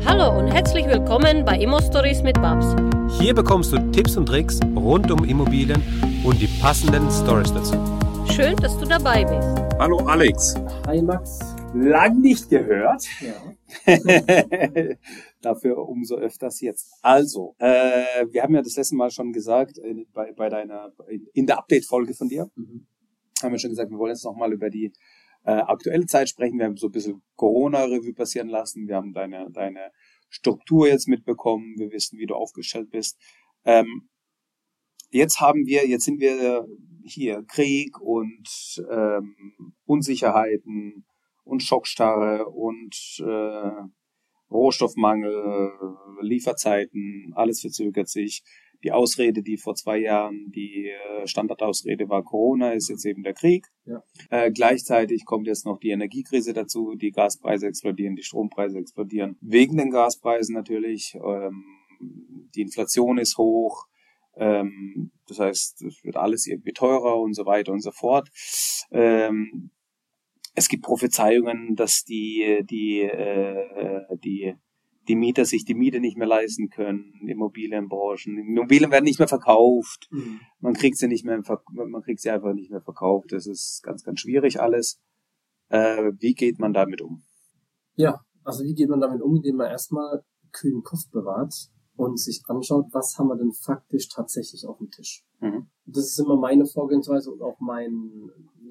Hallo und herzlich willkommen bei Immo Stories mit Babs. Hier bekommst du Tipps und Tricks rund um Immobilien und die passenden Stories dazu. Schön, dass du dabei bist. Hallo Alex. Hi Max. Lang nicht gehört. Ja. Dafür umso öfters jetzt. Also, wir haben ja das letzte Mal schon gesagt, in der Update-Folge von dir, haben wir schon gesagt, wir wollen jetzt nochmal über die aktuelle Zeit sprechen. Wir haben so ein bisschen Corona-Revue passieren lassen. Wir haben deine Struktur jetzt mitbekommen. Wir wissen, wie du aufgestellt bist. Jetzt sind wir hier Krieg und Unsicherheiten und Schockstarre und Rohstoffmangel, Lieferzeiten, alles verzögert sich. Die Ausrede, die vor 2 Jahren die Standardausrede war, Corona, ist jetzt eben der Krieg. Ja. Gleichzeitig kommt jetzt noch die Energiekrise dazu, die Gaspreise explodieren, die Strompreise explodieren. Wegen den Gaspreisen natürlich. Die Inflation ist hoch. Das heißt, es wird alles irgendwie teurer und so weiter und so fort. Es gibt Prophezeiungen, dass die Mieter sich die Miete nicht mehr leisten können, Immobilienbranchen. Immobilien werden nicht mehr verkauft. Man kriegt sie einfach nicht mehr verkauft. Das ist ganz, ganz schwierig alles. Wie geht man damit um? Ja, also wie geht man damit um, indem man erstmal kühlen Kopf bewahrt und sich anschaut, was haben wir denn faktisch tatsächlich auf dem Tisch. Das ist immer meine Vorgehensweise und auch mein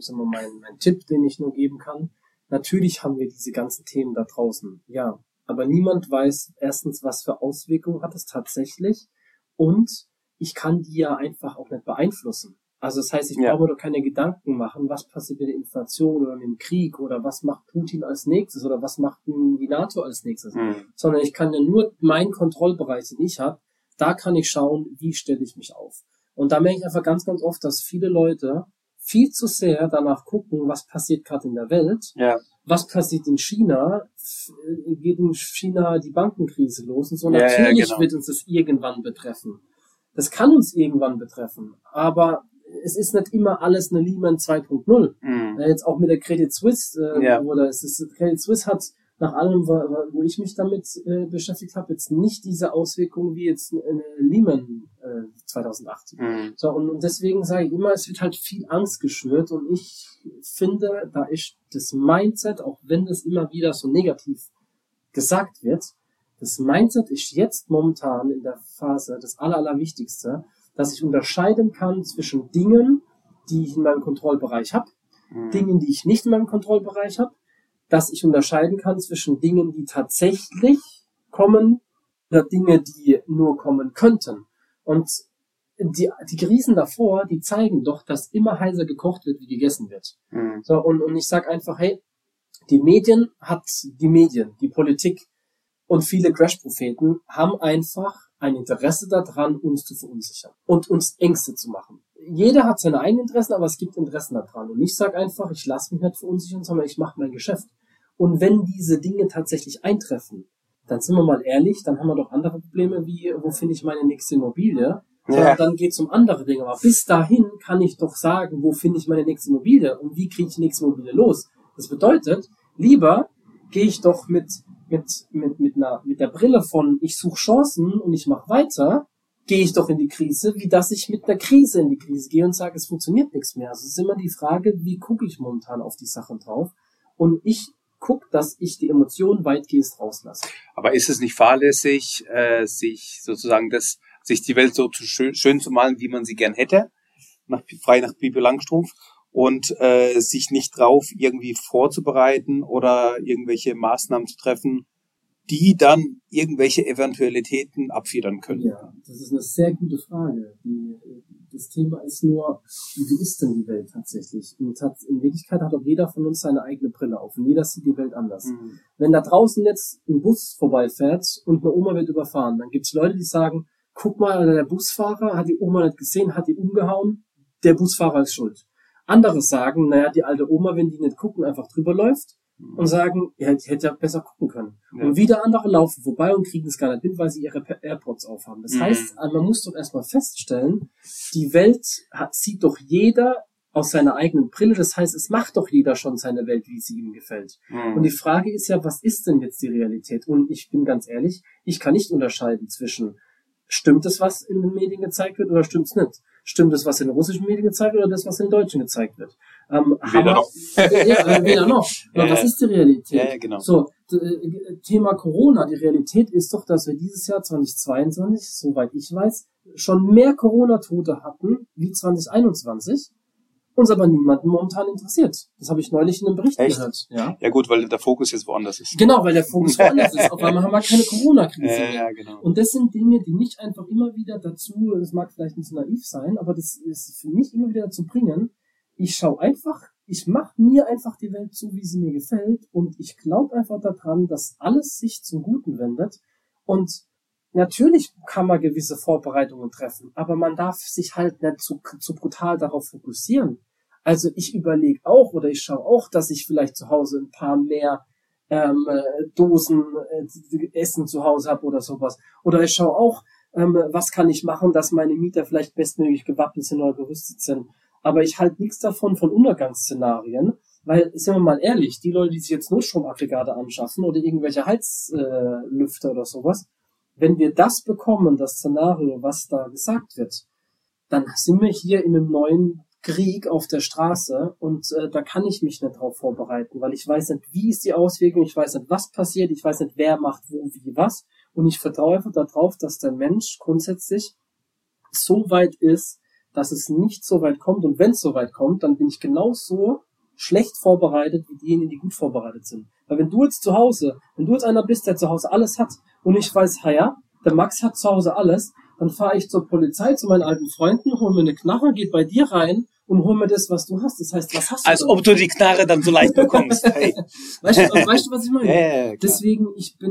Tipp, den ich nur geben kann. Natürlich haben wir diese ganzen Themen da draußen, ja. Aber niemand weiß erstens, was für Auswirkungen hat es tatsächlich, und ich kann die ja einfach auch nicht beeinflussen. Also das heißt, ich brauche mir doch keine Gedanken machen, was passiert mit der Inflation oder mit dem Krieg oder was macht Putin als nächstes oder was macht denn die NATO als nächstes. Sondern ich kann ja nur meinen Kontrollbereich, den ich habe, da kann ich schauen, wie stelle ich mich auf. Und da merke ich einfach ganz, ganz oft, dass viele Leute viel zu sehr danach gucken, was passiert gerade in der Welt. Ja. Was passiert in China? Geht in China die Bankenkrise los? Und so, natürlich wird uns das irgendwann betreffen. Das kann uns irgendwann betreffen. Aber es ist nicht immer alles eine Lehman 2.0. Jetzt auch mit der Credit Suisse, Credit Suisse hat nach allem, wo ich mich damit beschäftigt habe, jetzt nicht diese Auswirkungen wie jetzt Lehman 2008. So, und deswegen sage ich immer, es wird halt viel Angst geschürt, und ich finde, da ist das Mindset, auch wenn das immer wieder so negativ gesagt wird, das Mindset ist jetzt momentan in der Phase das Allerwichtigste, dass ich unterscheiden kann zwischen Dingen, die ich in meinem Kontrollbereich habe, Dingen, die ich nicht in meinem Kontrollbereich habe, dass ich unterscheiden kann zwischen Dingen, die tatsächlich kommen, oder Dinge, die nur kommen könnten. Und die Krisen davor, die zeigen doch, dass immer heißer gekocht wird, wie gegessen wird. So, und ich sag einfach, hey, die Medien, die Politik und viele Crash-Propheten haben einfach ein Interesse daran, uns zu verunsichern und uns Ängste zu machen. Jeder hat seine eigenen Interessen, aber es gibt Interessen daran. Und ich sage einfach, ich lasse mich nicht verunsichern, sondern ich mache mein Geschäft. Und wenn diese Dinge tatsächlich eintreffen, dann sind wir mal ehrlich, dann haben wir doch andere Probleme wie, wo finde ich meine nächste Immobilie? Ja. Dann geht es um andere Dinge. Aber bis dahin kann ich doch sagen, wo finde ich meine nächste Immobilie und wie kriege ich die nächste Immobilie los? Das bedeutet, lieber gehe ich doch mit der Brille von ich suche Chancen und ich mache weiter, gehe ich doch in die Krise, wie dass ich mit der Krise in die Krise gehe und sage, es funktioniert nichts mehr. Also es ist immer die Frage, wie gucke ich momentan auf die Sachen drauf, und ich gucke, dass ich die Emotionen weitgehend rauslasse. Aber ist es nicht fahrlässig, sich die Welt so schön zu malen, wie man sie gern hätte, frei nach Pippi Langstrumpf, und sich nicht drauf irgendwie vorzubereiten oder irgendwelche Maßnahmen zu treffen, die dann irgendwelche Eventualitäten abfedern können? Ja, das ist eine sehr gute Frage. Das Thema ist nur, wie ist denn die Welt tatsächlich? In Wirklichkeit hat auch jeder von uns seine eigene Brille auf und jeder sieht die Welt anders. Wenn da draußen jetzt ein Bus vorbeifährt und eine Oma wird überfahren, dann gibt es Leute, die sagen, guck mal, der Busfahrer hat die Oma nicht gesehen, hat die umgehauen, der Busfahrer ist schuld. Andere sagen, naja, die alte Oma, wenn die nicht gucken, einfach drüber läuft und sagen, ja, die hätte ja besser gucken können. Ja. Und wieder andere laufen vorbei und kriegen es gar nicht mit, weil sie ihre AirPods aufhaben. Das heißt, man muss doch erstmal feststellen, die Welt sieht doch jeder aus seiner eigenen Brille. Das heißt, es macht doch jeder schon seine Welt, wie sie ihm gefällt. Und die Frage ist ja, was ist denn jetzt die Realität? Und ich bin ganz ehrlich, ich kann nicht unterscheiden zwischen, stimmt es, was in den Medien gezeigt wird, oder stimmt es nicht? Stimmt es, was in den russischen Medien gezeigt wird, oder das, was in den deutschen gezeigt wird? Weder noch. Weder noch. Was ist die Realität? Ja, genau. So, Thema Corona. Die Realität ist doch, dass wir dieses Jahr 2022, soweit ich weiß, schon mehr Corona-Tote hatten wie 2021. Uns aber niemanden momentan interessiert. Das habe ich neulich in einem Bericht gehört. Ja gut, weil der Fokus jetzt woanders ist. Genau, weil der Fokus woanders ist. Auf einmal haben wir keine Corona-Krise mehr. Ja, genau. Und das sind Dinge, die mich einfach immer wieder dazu, das mag vielleicht nicht so naiv sein, aber das ist für mich immer wieder dazu bringen, ich mache mir einfach die Welt so, wie sie mir gefällt, und ich glaube einfach daran, dass alles sich zum Guten wendet. Und natürlich kann man gewisse Vorbereitungen treffen, aber man darf sich halt nicht zu brutal darauf fokussieren. Also ich überlege auch, oder ich schaue auch, dass ich vielleicht zu Hause ein paar mehr Dosen Essen zu Hause habe oder sowas. Oder ich schaue auch, was kann ich machen, dass meine Mieter vielleicht bestmöglich gewappnet sind oder gerüstet sind. Aber ich halte nichts davon von Untergangsszenarien, weil, sind wir mal ehrlich, die Leute, die sich jetzt Notstromaggregate anschaffen oder irgendwelche Heizlüfter oder sowas, wenn wir das bekommen, das Szenario, was da gesagt wird, dann sind wir hier in einem neuen Krieg auf der Straße, und da kann ich mich nicht drauf vorbereiten, weil ich weiß nicht, wie ist die Auswirkung, ich weiß nicht, was passiert, ich weiß nicht, wer macht wo, wie, was, und ich vertraue einfach darauf, dass der Mensch grundsätzlich so weit ist, dass es nicht so weit kommt, und wenn es so weit kommt, dann bin ich genauso schlecht vorbereitet wie diejenigen, die gut vorbereitet sind. Weil wenn du jetzt einer bist, der zu Hause alles hat, und ich weiß, ja, der Max hat zu Hause alles, dann fahre ich zur Polizei, zu meinen alten Freunden, hol mir eine Knarre, geh bei dir rein und hol mir das, was du hast. Das heißt, was hast du? Als ob du die Knarre dann so leicht bekommst. Hey. Weißt du, was ich meine? Ja, deswegen,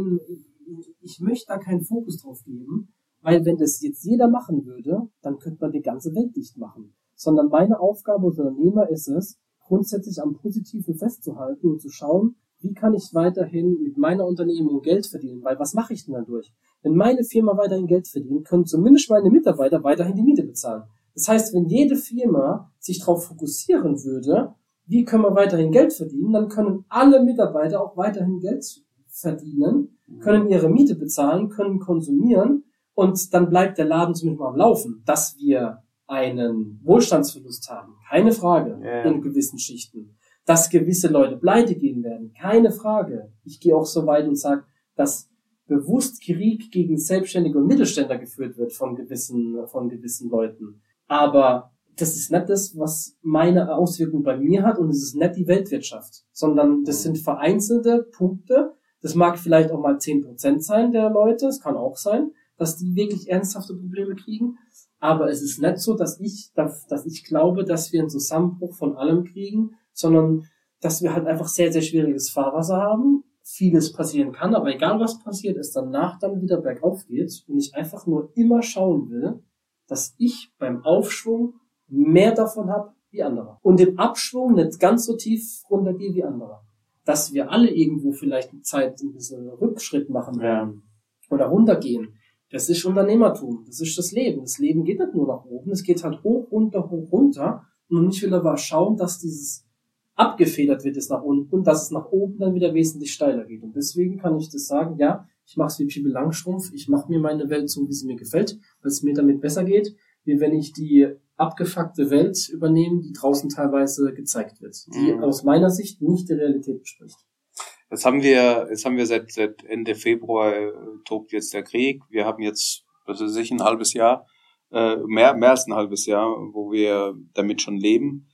ich möchte da keinen Fokus drauf geben, weil wenn das jetzt jeder machen würde, dann könnte man die ganze Welt dicht machen. Sondern meine Aufgabe als Unternehmer ist es, grundsätzlich am Positiven festzuhalten und zu schauen, wie kann ich weiterhin mit meiner Unternehmung Geld verdienen? Weil was mache ich denn dadurch? Wenn meine Firma weiterhin Geld verdient, können zumindest meine Mitarbeiter weiterhin die Miete bezahlen. Das heißt, wenn jede Firma sich darauf fokussieren würde, wie können wir weiterhin Geld verdienen, dann können alle Mitarbeiter auch weiterhin Geld verdienen, können ihre Miete bezahlen, können konsumieren, und dann bleibt der Laden zumindest mal am Laufen. Dass wir einen Wohlstandsverlust haben, keine Frage, in gewissen Schichten. Dass gewisse Leute pleite gehen werden, keine Frage. Ich gehe auch so weit und sage, dass bewusst Krieg gegen Selbstständige und Mittelständler geführt wird von gewissen Leuten. Aber das ist nicht das, was meine Auswirkungen bei mir hat, und es ist nicht die Weltwirtschaft, sondern das sind vereinzelte Punkte. Das mag vielleicht auch mal 10% sein der Leute, es kann auch sein, dass die wirklich ernsthafte Probleme kriegen. Aber es ist nicht so, dass ich glaube, dass wir einen Zusammenbruch von allem kriegen, sondern dass wir halt einfach sehr, sehr schwieriges Fahrwasser haben. Vieles passieren kann, aber egal was passiert, es danach dann wieder bergauf geht, und ich einfach nur immer schauen will, dass ich beim Aufschwung mehr davon habe wie andere. Und im Abschwung nicht ganz so tief runtergehe wie andere. Dass wir alle irgendwo vielleicht eine Zeit ein bisschen Rückschritt machen werden oder runtergehen. Das ist Unternehmertum, das ist das Leben. Das Leben geht nicht nur nach oben, es geht halt hoch, runter, hoch, runter. Und ich will aber schauen, dass dieses abgefedert wird, ist nach unten, und dass es nach oben dann wieder wesentlich steiler geht. Und deswegen kann ich das sagen, ja, ich mache es wie Pippi Langstrumpf, ich mache mir meine Welt so, wie sie mir gefällt, weil es mir damit besser geht, wie wenn ich die abgefuckte Welt übernehme, die draußen teilweise gezeigt wird, die aus meiner Sicht nicht die Realität bespricht. Jetzt haben wir seit Ende Februar tobt jetzt der Krieg. Wir haben jetzt, ein halbes Jahr, mehr als ein halbes Jahr, wo wir damit schon leben.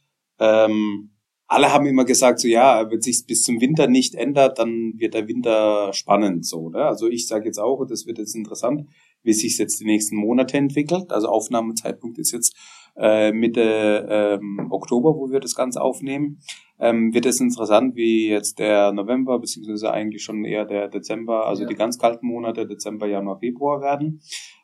Alle haben immer gesagt, so ja, wenn sich's bis zum Winter nicht ändert, dann wird der Winter spannend, so, ne? Also ich sage jetzt auch, das wird jetzt interessant, wie sich's jetzt die nächsten Monate entwickelt. Also Aufnahmezeitpunkt ist jetzt Mitte Oktober, wo wir das Ganze aufnehmen. Wird es interessant, wie jetzt der November, beziehungsweise eigentlich schon eher der Dezember, also die ganz kalten Monate, Dezember, Januar, Februar werden.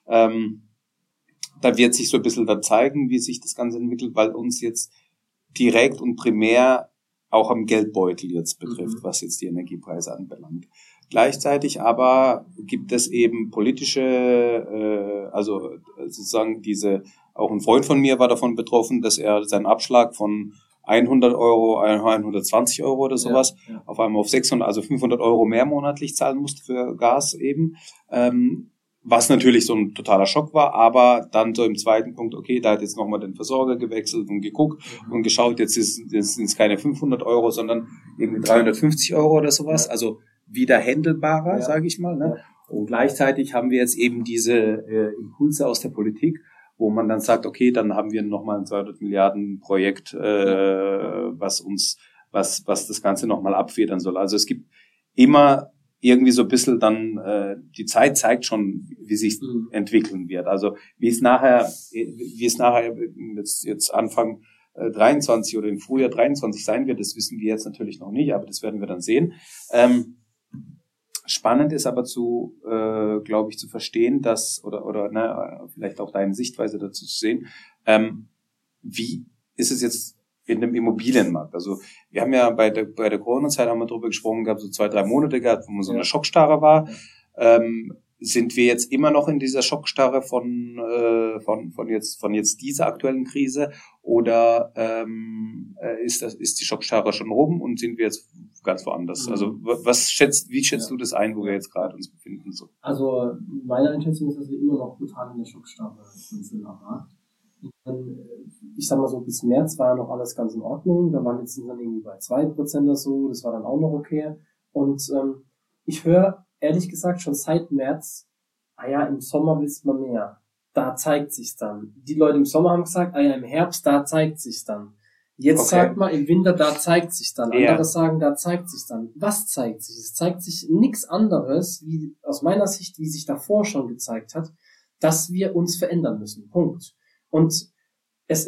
Da wird sich so ein bisschen dann zeigen, wie sich das Ganze entwickelt, weil uns jetzt direkt und primär auch am Geldbeutel jetzt betrifft, was jetzt die Energiepreise anbelangt. Gleichzeitig aber gibt es eben politische, also sozusagen diese auch ein Freund von mir war davon betroffen, dass er seinen Abschlag von 100 Euro, 120 Euro oder sowas, auf einmal auf 600, also 500 Euro mehr monatlich zahlen musste für Gas eben, was natürlich so ein totaler Schock war, aber dann so im zweiten Punkt, okay, da hat jetzt nochmal den Versorger gewechselt und geguckt und geschaut, jetzt sind es keine 500 Euro, sondern irgendwie 350 Euro oder sowas, also wieder händelbarer, sage ich mal, ne? Und gleichzeitig haben wir jetzt eben diese Impulse aus der Politik, wo man dann sagt, okay, dann haben wir nochmal ein 200 Milliarden Projekt, was das Ganze nochmal abfedern soll. Also es gibt immer irgendwie so ein bisschen dann, die Zeit zeigt schon, wie sich entwickeln wird. Also wie es nachher jetzt Anfang 23 oder im Frühjahr 23 sein wird, das wissen wir jetzt natürlich noch nicht, aber das werden wir dann sehen. Spannend ist aber glaube ich, zu verstehen, dass, oder vielleicht auch deine Sichtweise dazu zu sehen, wie ist es jetzt in dem Immobilienmarkt? Also wir haben ja bei der Corona-Zeit haben wir drüber gesprochen gehabt, so 2-3 Monate gehabt, wo man so eine Schockstarre war. Sind wir jetzt immer noch in dieser Schockstarre von jetzt dieser aktuellen Krise, oder ist die Schockstarre schon rum und sind wir jetzt ganz woanders? Also wie schätzt du das ein, wo wir jetzt gerade uns befinden? So? Also meine Einschätzung ist, dass wir immer noch brutal in der Schockstarre sind. Ich sag mal so, bis März war ja noch alles ganz in Ordnung, da waren jetzt dann irgendwie bei 2% oder so, das war dann auch noch okay. Und ich höre ehrlich gesagt schon seit März, im Sommer willst man mehr. Da zeigt sich's dann. Die Leute im Sommer haben gesagt, im Herbst, da zeigt sich's dann. Jetzt sagt man im Winter, da zeigt sich's dann. Andere sagen, da zeigt sich's dann. Was zeigt sich? Es zeigt sich nichts anderes, wie aus meiner Sicht, wie sich davor schon gezeigt hat, dass wir uns verändern müssen. Punkt. Und es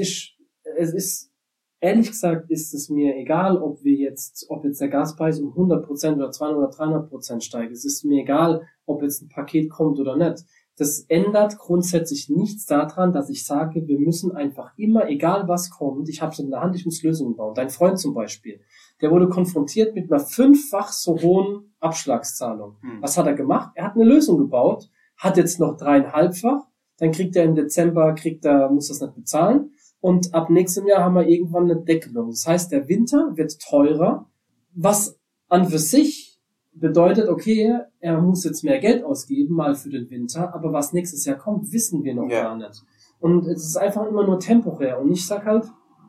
ist ehrlich gesagt, ist es mir egal, ob jetzt der Gaspreis um 100% oder 200 oder 300% steigt. Es ist mir egal, ob jetzt ein Paket kommt oder nicht. Das ändert grundsätzlich nichts daran, dass ich sage, wir müssen einfach immer, egal was kommt, ich habe es in der Hand, ich muss Lösungen bauen. Dein Freund zum Beispiel, der wurde konfrontiert mit einer 5-fach so hohen Abschlagszahlung. Was hat er gemacht? Er hat eine Lösung gebaut, hat jetzt noch 3,5-fach, dann kriegt er im Dezember, muss das nicht bezahlen. Und ab nächstem Jahr haben wir irgendwann eine Deckelung. Das heißt, der Winter wird teurer, was an für sich bedeutet, okay, er muss jetzt mehr Geld ausgeben, mal für den Winter, aber was nächstes Jahr kommt, wissen wir noch gar nicht. Und es ist einfach immer nur temporär. Und ich sag halt,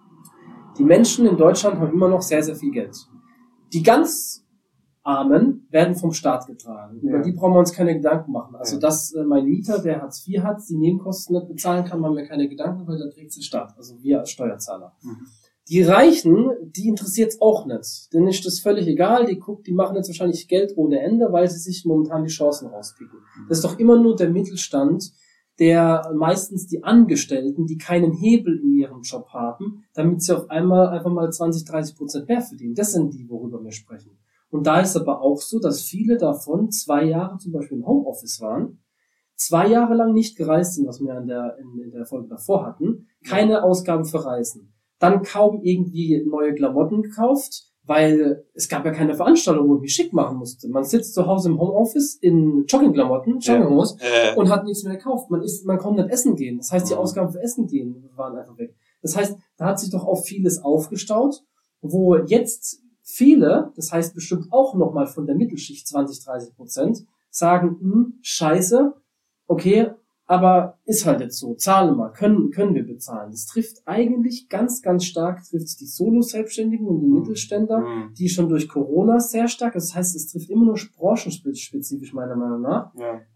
die Menschen in Deutschland haben immer noch sehr, sehr viel Geld. Die ganz Armen werden vom Staat getragen. Über die brauchen wir uns keine Gedanken machen. Also dass mein Mieter, der Hartz IV hat, die Nebenkosten nicht bezahlen kann, machen wir keine Gedanken, weil da trägt der Staat, also wir als Steuerzahler. Die Reichen, die interessiert's auch nicht. Denen ist das völlig egal, die machen jetzt wahrscheinlich Geld ohne Ende, weil sie sich momentan die Chancen rauspicken. Das ist doch immer nur der Mittelstand, der meistens die Angestellten, die keinen Hebel in ihrem Job haben, damit sie auf einmal einfach mal 20-30% mehr verdienen. Das sind die, worüber wir sprechen. Und da ist aber auch so, dass viele davon 2 Jahre zum Beispiel im Homeoffice waren, 2 Jahre lang nicht gereist sind, was wir in der Folge davor hatten, keine Ausgaben für Reisen. Dann kaum irgendwie neue Klamotten gekauft, weil es gab ja keine Veranstaltung, wo ich mich schick machen musste. Man sitzt zu Hause im Homeoffice in Joggingklamotten, Jogginghose, und hat nichts mehr gekauft. Man konnte nicht essen gehen. Das heißt, die Ausgaben für Essen gehen waren einfach weg. Das heißt, da hat sich doch auch vieles aufgestaut, wo jetzt viele, das heißt bestimmt auch nochmal von der Mittelschicht 20-30%, sagen, scheiße, okay, aber ist halt jetzt so, zahle mal, können wir bezahlen. Das trifft eigentlich ganz, ganz stark, trifft die Solo-Selbstständigen und die Mittelständler, die schon durch Corona sehr stark, das heißt, es trifft immer nur branchenspezifisch meiner Meinung nach,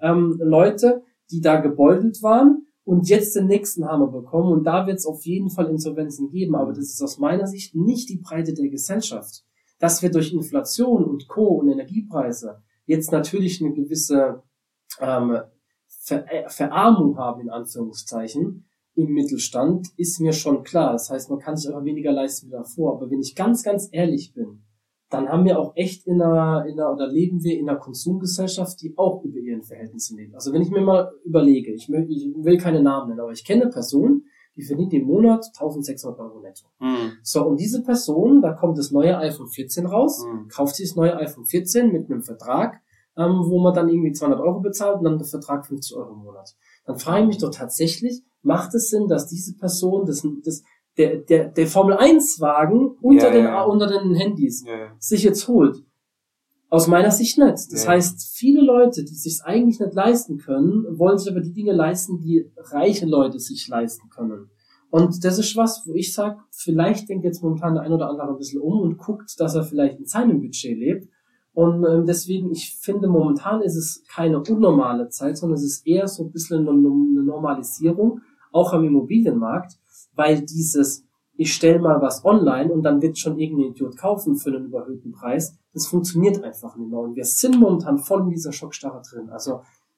Leute, die da gebeutelt waren und jetzt den nächsten Hammer bekommen, und da wird es auf jeden Fall Insolvenzen geben, aber das ist aus meiner Sicht nicht die Breite der Gesellschaft. Dass wir durch Inflation und Co. und Energiepreise jetzt natürlich eine gewisse Verarmung haben, in Anführungszeichen, im Mittelstand, ist mir schon klar. Das heißt, man kann sich aber weniger leisten wie davor. Aber wenn ich ganz, ganz ehrlich bin, dann haben wir auch echt oder leben wir in einer Konsumgesellschaft, die auch über ihren Verhältnissen lebt. Also wenn ich mir mal überlege, ich will keine Namen nennen, aber ich kenne eine Person, die verdient im Monat 1.600 Euro netto. So, und diese Person, da kommt das neue iPhone 14 raus, kauft sich das neue iPhone 14 mit einem Vertrag, wo man dann irgendwie 200 Euro bezahlt und dann der Vertrag 50 Euro im Monat. Dann frage ich mich doch tatsächlich, macht es Sinn, dass diese Person der Formel-1-Wagen unter den Handys sich jetzt holt? Aus meiner Sicht nicht. Das heißt, viele Leute, die sich eigentlich nicht leisten können, wollen sich aber die Dinge leisten, die reiche Leute sich leisten können. Und das ist was, wo ich sage, vielleicht denkt jetzt momentan der ein oder andere ein bisschen um und guckt, dass er vielleicht in seinem Budget lebt. Und deswegen, ich finde, momentan ist es keine unnormale Zeit, sondern es ist eher so ein bisschen eine Normalisierung, auch am Immobilienmarkt, weil ich stelle mal was online und dann wird schon irgendein Idiot kaufen für einen überhöhten Preis, das funktioniert einfach nicht mehr. Und wir sind momentan voll in dieser Schockstarre drin. Also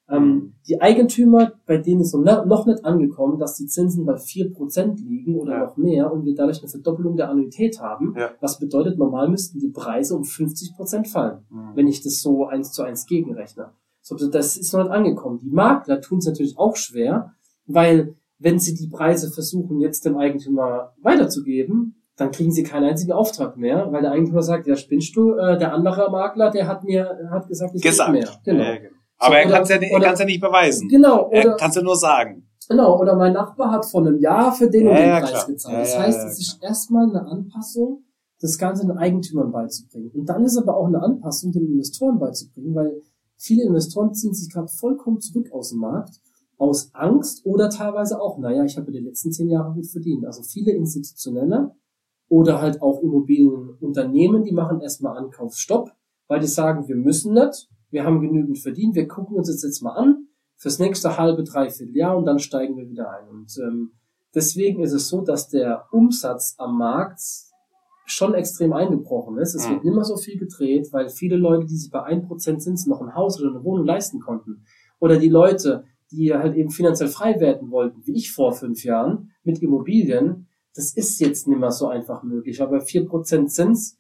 die Eigentümer, bei denen ist noch nicht angekommen, dass die Zinsen bei 4% liegen oder noch mehr und wir dadurch eine Verdoppelung der Annuität haben. Ja. Was bedeutet, normal müssten die Preise um 50% fallen, wenn ich das so 1:1 gegenrechne. So, das ist noch nicht angekommen. Die Makler tun es natürlich auch schwer, weil wenn sie die Preise versuchen, jetzt dem Eigentümer weiterzugeben, dann kriegen sie keinen einzigen Auftrag mehr, weil der Eigentümer sagt, ja, spinnst du, der andere Makler, der hat gesagt, ich krieg mehr. Genau. Ja, genau. Aber er kann es ja nicht beweisen. Genau. Er kann es ja nur sagen. Genau, oder mein Nachbar hat vor einem Jahr für den und den Preis gezahlt. Das heißt, es ist erstmal eine Anpassung, das Ganze den Eigentümern beizubringen. Und dann ist aber auch eine Anpassung, den Investoren beizubringen, weil viele Investoren ziehen sich gerade vollkommen zurück aus dem Markt, aus Angst oder teilweise auch, ich habe die letzten 10 Jahre gut verdient. Also viele Institutionelle oder halt auch Immobilienunternehmen, die machen erstmal Ankaufsstopp, weil die sagen, wir müssen nicht. Wir haben genügend verdient, wir gucken uns jetzt mal an fürs nächste halbe, dreiviertel Jahr und dann steigen wir wieder ein. Und deswegen ist es so, dass der Umsatz am Markt schon extrem eingebrochen ist. Es wird nicht mehr so viel gedreht, weil viele Leute, die sich bei 1% Zins noch ein Haus oder eine Wohnung leisten konnten, oder die Leute, die halt eben finanziell frei werden wollten, wie ich vor 5 Jahren, mit Immobilien, das ist jetzt nicht mehr so einfach möglich. Aber bei 4% Zins,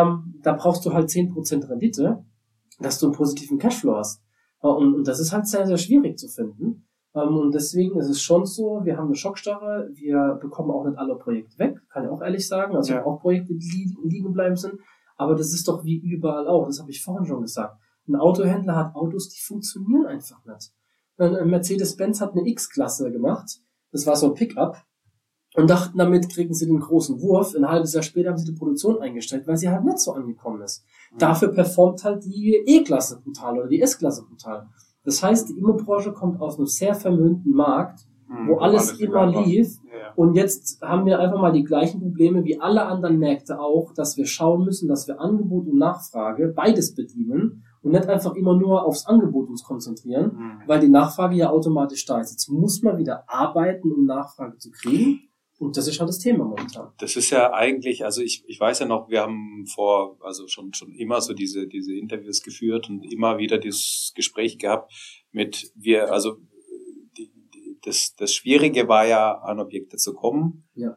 da brauchst du halt 10% Rendite, dass du einen positiven Cashflow hast. Und das ist halt sehr, sehr schwierig zu finden. Und deswegen ist es schon so, wir haben eine Schockstarre, wir bekommen auch nicht alle Projekte weg, kann ich auch ehrlich sagen. Also auch Projekte, die liegen bleiben sind. Aber das ist doch wie überall auch, das habe ich vorhin schon gesagt. Ein Autohändler hat Autos, die funktionieren einfach nicht. Mercedes-Benz hat eine X-Klasse gemacht, das war so ein Pickup, und dachten, damit kriegen sie den großen Wurf. Ein halbes Jahr später haben sie die Produktion eingestellt, weil sie halt nicht so angekommen ist. Dafür performt halt die E-Klasse brutal oder die S-Klasse brutal. Das heißt, die Immobranche kommt aus einem sehr vermögenten Markt, wo alles immer lief. Ja. Und jetzt haben wir einfach mal die gleichen Probleme wie alle anderen Märkte auch, dass wir schauen müssen, dass wir Angebot und Nachfrage beides bedienen und nicht einfach immer nur aufs Angebot uns konzentrieren, weil die Nachfrage ja automatisch da ist. Jetzt muss man wieder arbeiten, um Nachfrage zu kriegen. Und das ist halt das Thema momentan. Das ist ja eigentlich, also ich weiß ja noch, wir haben schon immer so diese Interviews geführt und immer wieder dieses Gespräch gehabt das Schwierige war ja, an Objekte zu kommen. Ja.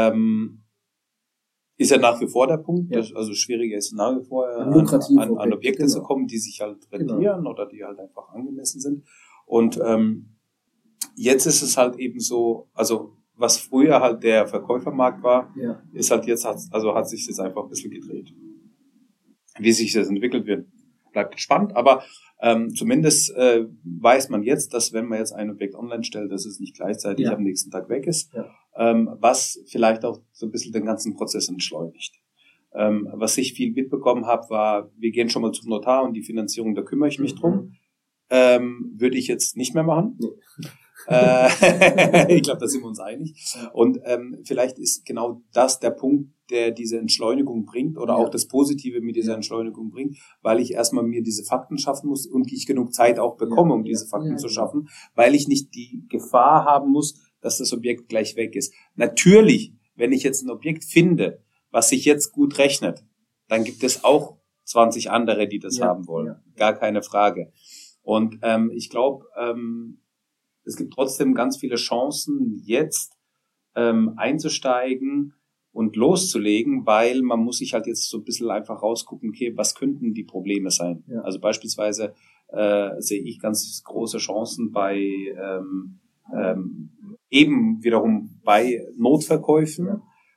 Ist ja nach wie vor der Punkt. Ja. Also schwieriger ist nach wie vor an Objekte zu kommen, die sich halt rentieren oder die halt einfach angemessen sind. Und jetzt ist es halt eben so, also was früher halt der Verkäufermarkt war, ist halt jetzt, hat sich das einfach ein bisschen gedreht. Wie sich das entwickelt wird, bleibt spannend, aber zumindest weiß man jetzt, dass wenn man jetzt ein Objekt online stellt, dass es nicht gleichzeitig am nächsten Tag weg ist, was vielleicht auch so ein bisschen den ganzen Prozess entschleunigt. Was ich viel mitbekommen habe, war, wir gehen schon mal zum Notar und die Finanzierung, da kümmere ich mich drum. Würde ich jetzt nicht mehr machen. Nee. Ich glaube, da sind wir uns einig. Und vielleicht ist genau das der Punkt, der diese Entschleunigung bringt oder auch das Positive mit dieser Entschleunigung bringt, weil ich erstmal mir diese Fakten schaffen muss und ich genug Zeit auch bekomme, um diese Fakten zu schaffen, weil ich nicht die Gefahr haben muss, dass das Objekt gleich weg ist. Natürlich, wenn ich jetzt ein Objekt finde, was sich jetzt gut rechnet, dann gibt es auch 20 andere, die das haben wollen. Gar keine Frage. Und ich glaube, es gibt trotzdem ganz viele Chancen, jetzt einzusteigen und loszulegen, weil man muss sich halt jetzt so ein bisschen einfach rausgucken, okay, was könnten die Probleme sein? Ja. Also beispielsweise sehe ich ganz große Chancen bei eben wiederum bei Notverkäufen,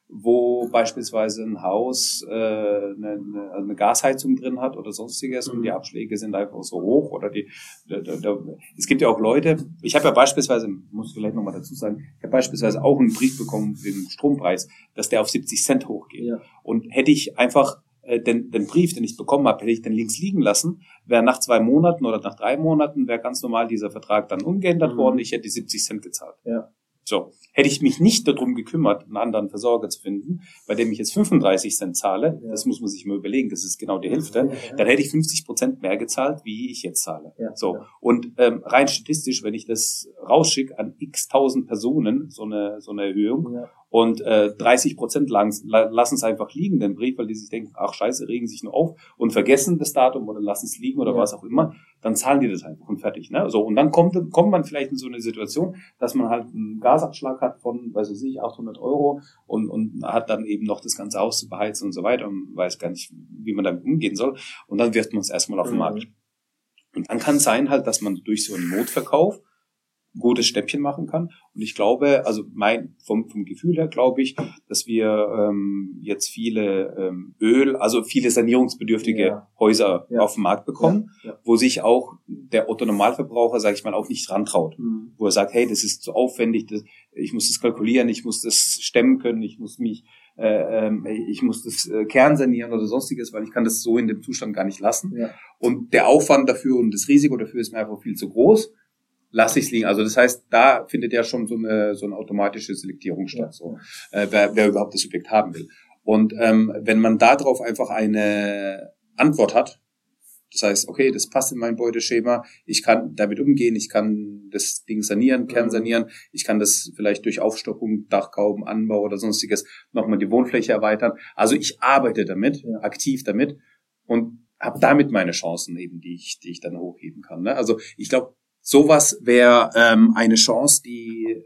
wo beispielsweise ein Haus eine Gasheizung drin hat oder sonstiges und die Abschläge sind einfach so hoch oder es gibt ja auch Leute, ich habe ja beispielsweise, muss vielleicht nochmal dazu sagen, ich habe beispielsweise auch einen Brief bekommen wegen dem Strompreis, dass der auf 70 Cent hochgeht. Ja. Und hätte ich einfach den Brief, den ich bekommen habe, hätte ich den links liegen lassen, wäre nach 2 Monaten oder nach 3 Monaten wäre ganz normal dieser Vertrag dann umgeändert worden, ich hätte die 70 Cent gezahlt. Ja. So, hätte ich mich nicht darum gekümmert, einen anderen Versorger zu finden, bei dem ich jetzt 35 Cent zahle, das muss man sich mal überlegen, das ist genau die Hälfte, dann hätte ich 50% mehr gezahlt, wie ich jetzt zahle. Ja, so, und rein statistisch, wenn ich das rausschicke an x tausend Personen, so eine Erhöhung, und 30% lassen es einfach liegen, den Brief, weil die sich denken, ach scheiße, regen sich nur auf und vergessen das Datum oder lassen es liegen oder was auch immer, dann zahlen die das einfach und fertig. Ne? So, und dann kommt man vielleicht in so eine Situation, dass man halt einen Gasabschlag hat von, weiß ich, 800 € und hat dann eben noch das ganze Haus zu beheizen und so weiter und weiß gar nicht, wie man damit umgehen soll. Und dann wirft man es erstmal auf den Markt. Und dann kann es sein halt, dass man durch so einen Notverkauf gutes Stäbchen machen kann. Und ich glaube, also vom Gefühl her glaube ich, dass wir jetzt viele viele sanierungsbedürftige Häuser auf den Markt bekommen, wo sich auch der Otto-Normalverbraucher, sage ich mal, auch nicht rantraut. Wo er sagt, hey, das ist zu aufwendig, ich muss das kalkulieren, ich muss das stemmen können, ich muss das Kern sanieren oder sonstiges, weil ich kann das so in dem Zustand gar nicht lassen. Ja. Und der Aufwand dafür und das Risiko dafür ist mir einfach viel zu groß. Lasse ich es liegen. Also das heißt, da findet ja schon so eine automatische Selektierung statt, so wer überhaupt das Objekt haben will. Und wenn man darauf einfach eine Antwort hat, das heißt, okay, das passt in mein Beuteschema, ich kann damit umgehen, ich kann das Ding sanieren, Kern sanieren, ich kann das vielleicht durch Aufstockung, Dachgauben, Anbau oder sonstiges nochmal die Wohnfläche erweitern. Also ich arbeite damit, aktiv damit und habe damit meine Chancen eben, die ich dann hochheben kann. Ne? Also ich glaube, sowas wäre eine Chance, die,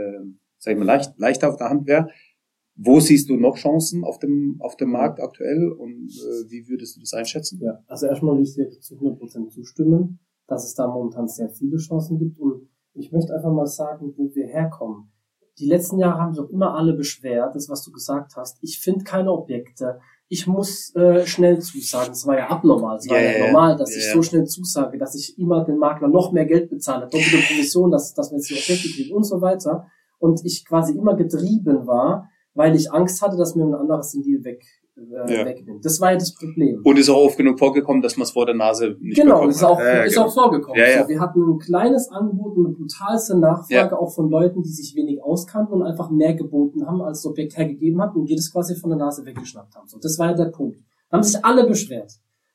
sag ich mal, leichter auf der Hand wäre. Wo siehst du noch Chancen auf dem Markt aktuell und wie würdest du das einschätzen? Ja, also erstmal will ich dir zu 100% zustimmen, dass es da momentan sehr viele Chancen gibt und ich möchte einfach mal sagen, wo wir herkommen. Die letzten Jahre haben sich auch immer alle beschwert, das was du gesagt hast. Ich finde keine Objekte. Ich muss schnell zusagen. Das war ja abnormal. Es war ja normal, dass ich so schnell zusage, dass ich immer den Makler noch mehr Geld bezahle, doppelte Provision, dass wir jetzt die Objekte kriegen und so weiter. Und ich quasi immer getrieben war, weil ich Angst hatte, dass mir ein anderes den Deal wegnimmt. Das war ja das Problem. Und ist auch oft genug vorgekommen, dass man es vor der Nase nicht bekommen hat. Genau, ist auch vorgekommen. Ja, ja. So, wir hatten ein kleines Angebot, eine brutalste Nachfrage auch von Leuten, die sich wenig auskannten und einfach mehr geboten haben, als das Objekt hergegeben hat und wir das quasi von der Nase weggeschnappt haben. So, das war ja der Punkt. Da haben sich alle beschwert.